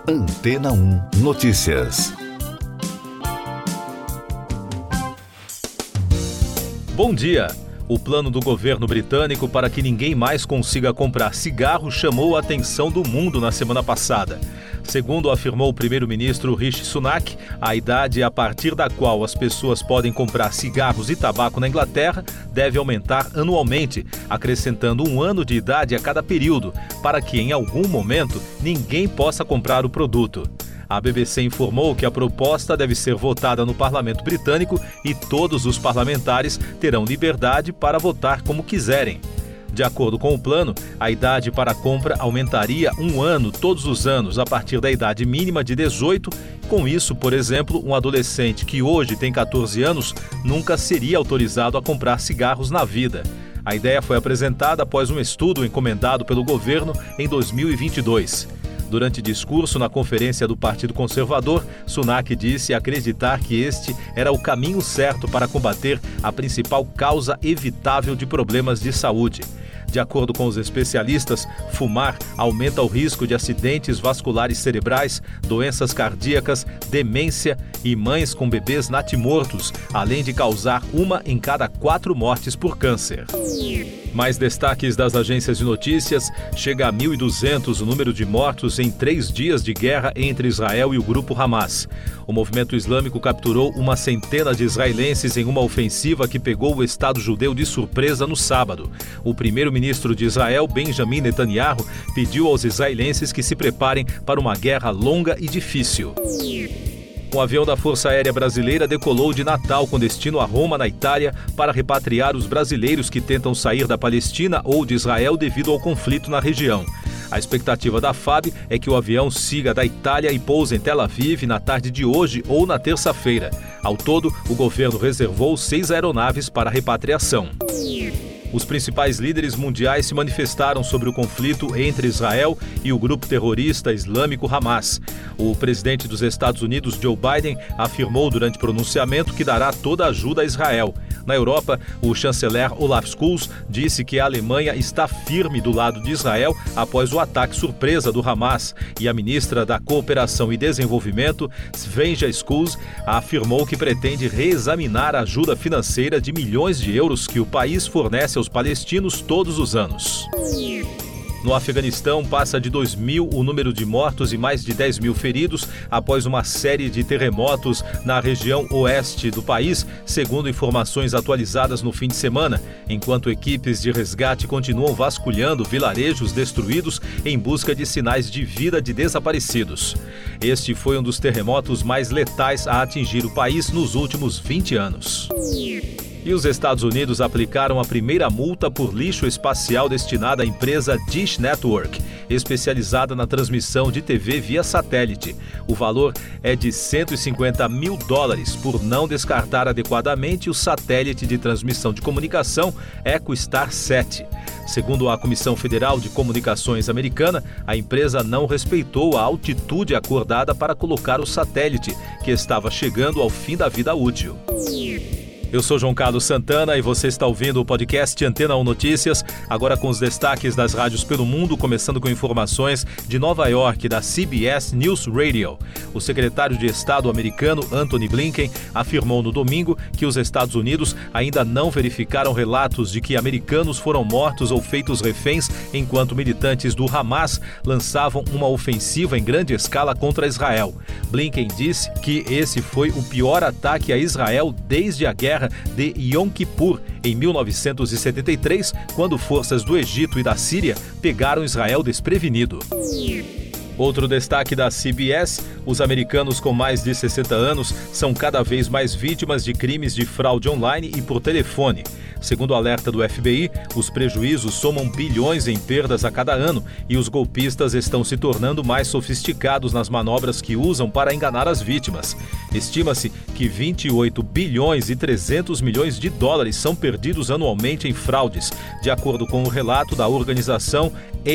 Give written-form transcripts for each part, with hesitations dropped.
Antena 1 Notícias. Bom dia! O plano do governo britânico para que ninguém mais consiga comprar cigarro chamou a atenção do mundo na semana passada. Segundo afirmou o primeiro-ministro Rishi Sunak, a idade a partir da qual as pessoas podem comprar cigarros e tabaco na Inglaterra deve aumentar anualmente, acrescentando 1 ano de idade a cada período, para que em algum momento ninguém possa comprar o produto. A BBC informou que a proposta deve ser votada no parlamento britânico e todos os parlamentares terão liberdade para votar como quiserem. De acordo com o plano, a idade para a compra aumentaria 1 ano todos os anos a partir da idade mínima de 18. Com isso, por exemplo, um adolescente que hoje tem 14 anos nunca seria autorizado a comprar cigarros na vida. A ideia foi apresentada após um estudo encomendado pelo governo em 2022. Durante discurso na conferência do Partido Conservador, Sunak disse acreditar que este era o caminho certo para combater a principal causa evitável de problemas de saúde. De acordo com os especialistas, fumar aumenta o risco de acidentes vasculares cerebrais, doenças cardíacas, demência e mães com bebês natimortos, além de causar 1 em cada 4 mortes por câncer. Mais destaques das agências de notícias: chega a 1.200 o número de mortos em 3 dias de guerra entre Israel e o grupo Hamas. O movimento islâmico capturou 100 de israelenses em uma ofensiva que pegou o Estado judeu de surpresa no sábado. O primeiro-ministro de Israel, Benjamin Netanyahu, pediu aos israelenses que se preparem para uma guerra longa e difícil. Um avião da Força Aérea Brasileira decolou de Natal com destino a Roma, na Itália, para repatriar os brasileiros que tentam sair da Palestina ou de Israel devido ao conflito na região. A expectativa da FAB é que o avião siga da Itália e pouse em Tel Aviv na tarde de hoje ou na terça-feira. Ao todo, o governo reservou 6 aeronaves para a repatriação. Os principais líderes mundiais se manifestaram sobre o conflito entre Israel e o grupo terrorista islâmico Hamas. O presidente dos Estados Unidos, Joe Biden, afirmou durante pronunciamento que dará toda a ajuda a Israel. Na Europa, o chanceler Olaf Scholz disse que a Alemanha está firme do lado de Israel após o ataque surpresa do Hamas. E a ministra da Cooperação e Desenvolvimento, Svenja Schulz, afirmou que pretende reexaminar a ajuda financeira de milhões de euros que o país fornece aos palestinos todos os anos. No Afeganistão, passa de 2.000 o número de mortos e mais de 10.000 feridos após uma série de terremotos na região oeste do país, segundo informações atualizadas no fim de semana, enquanto equipes de resgate continuam vasculhando vilarejos destruídos em busca de sinais de vida de desaparecidos. Este foi um dos terremotos mais letais a atingir o país nos últimos 20 anos. E os Estados Unidos aplicaram a primeira multa por lixo espacial destinada à empresa Dish Network, especializada na transmissão de TV via satélite. O valor é de $150 mil por não descartar adequadamente o satélite de transmissão de comunicação EchoStar 7. Segundo a Comissão Federal de Comunicações americana, a empresa não respeitou a altitude acordada para colocar o satélite, que estava chegando ao fim da vida útil. Eu sou João Carlos Santana e você está ouvindo o podcast Antena 1 Notícias, agora com os destaques das rádios pelo mundo, começando com informações de Nova York, da CBS News Radio. O secretário de Estado americano, Antony Blinken, afirmou no domingo que os Estados Unidos ainda não verificaram relatos de que americanos foram mortos ou feitos reféns enquanto militantes do Hamas lançavam uma ofensiva em grande escala contra Israel. Blinken disse que esse foi o pior ataque a Israel desde a guerra de Yom Kippur, em 1973, quando forças do Egito e da Síria pegaram Israel desprevenido. Outro destaque da CBS: os americanos com mais de 60 anos são cada vez mais vítimas de crimes de fraude online e por telefone. Segundo o alerta do FBI, os prejuízos somam bilhões em perdas a cada ano e os golpistas estão se tornando mais sofisticados nas manobras que usam para enganar as vítimas. Estima-se que 28 bilhões e 300 milhões de dólares são perdidos anualmente em fraudes, de acordo com o relato da organização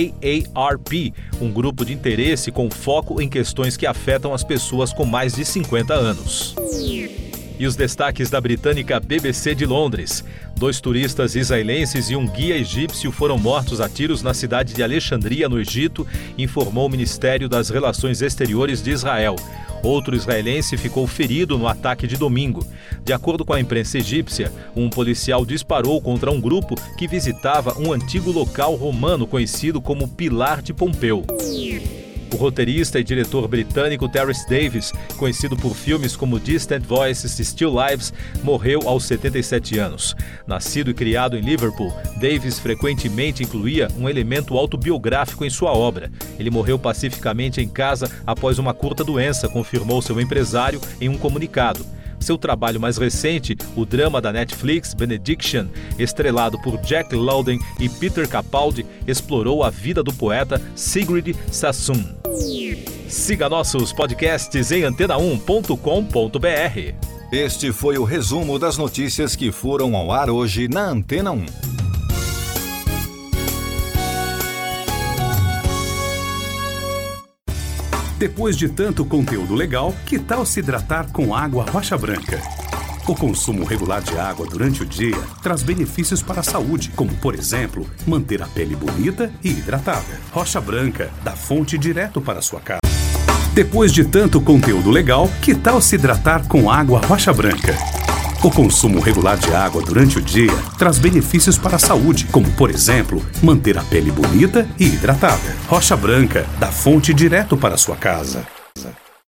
AARP, um grupo de interesse com foco em questões que afetam as pessoas com mais de 50 anos. E os destaques da britânica BBC de Londres. 2 turistas israelenses e um guia egípcio foram mortos a tiros na cidade de Alexandria, no Egito, informou o Ministério das Relações Exteriores de Israel. Outro israelense ficou ferido no ataque de domingo. De acordo com a imprensa egípcia, um policial disparou contra um grupo que visitava um antigo local romano conhecido como Pilar de Pompeu. O roteirista e diretor britânico Terence Davis, conhecido por filmes como Distant Voices e Still Lives, morreu aos 77 anos. Nascido e criado em Liverpool, Davis frequentemente incluía um elemento autobiográfico em sua obra. Ele morreu pacificamente em casa após uma curta doença, confirmou seu empresário em um comunicado. Seu trabalho mais recente, o drama da Netflix, Benediction, estrelado por Jack Lowden e Peter Capaldi, explorou a vida do poeta Sigrid Sassoon. Siga nossos podcasts em antena1.com.br. Este foi o resumo das notícias que foram ao ar hoje na Antena 1. Depois de tanto conteúdo legal, que tal se hidratar com água Rocha Branca? O consumo regular de água durante o dia traz benefícios para a saúde, como, por exemplo, manter a pele bonita e hidratada. Rocha Branca, da fonte direto para a sua casa. Depois de tanto conteúdo legal, que tal se hidratar com água Rocha Branca? O consumo regular de água durante o dia traz benefícios para a saúde, como, por exemplo, manter a pele bonita e hidratada. Rocha Branca, da fonte direto para a sua casa.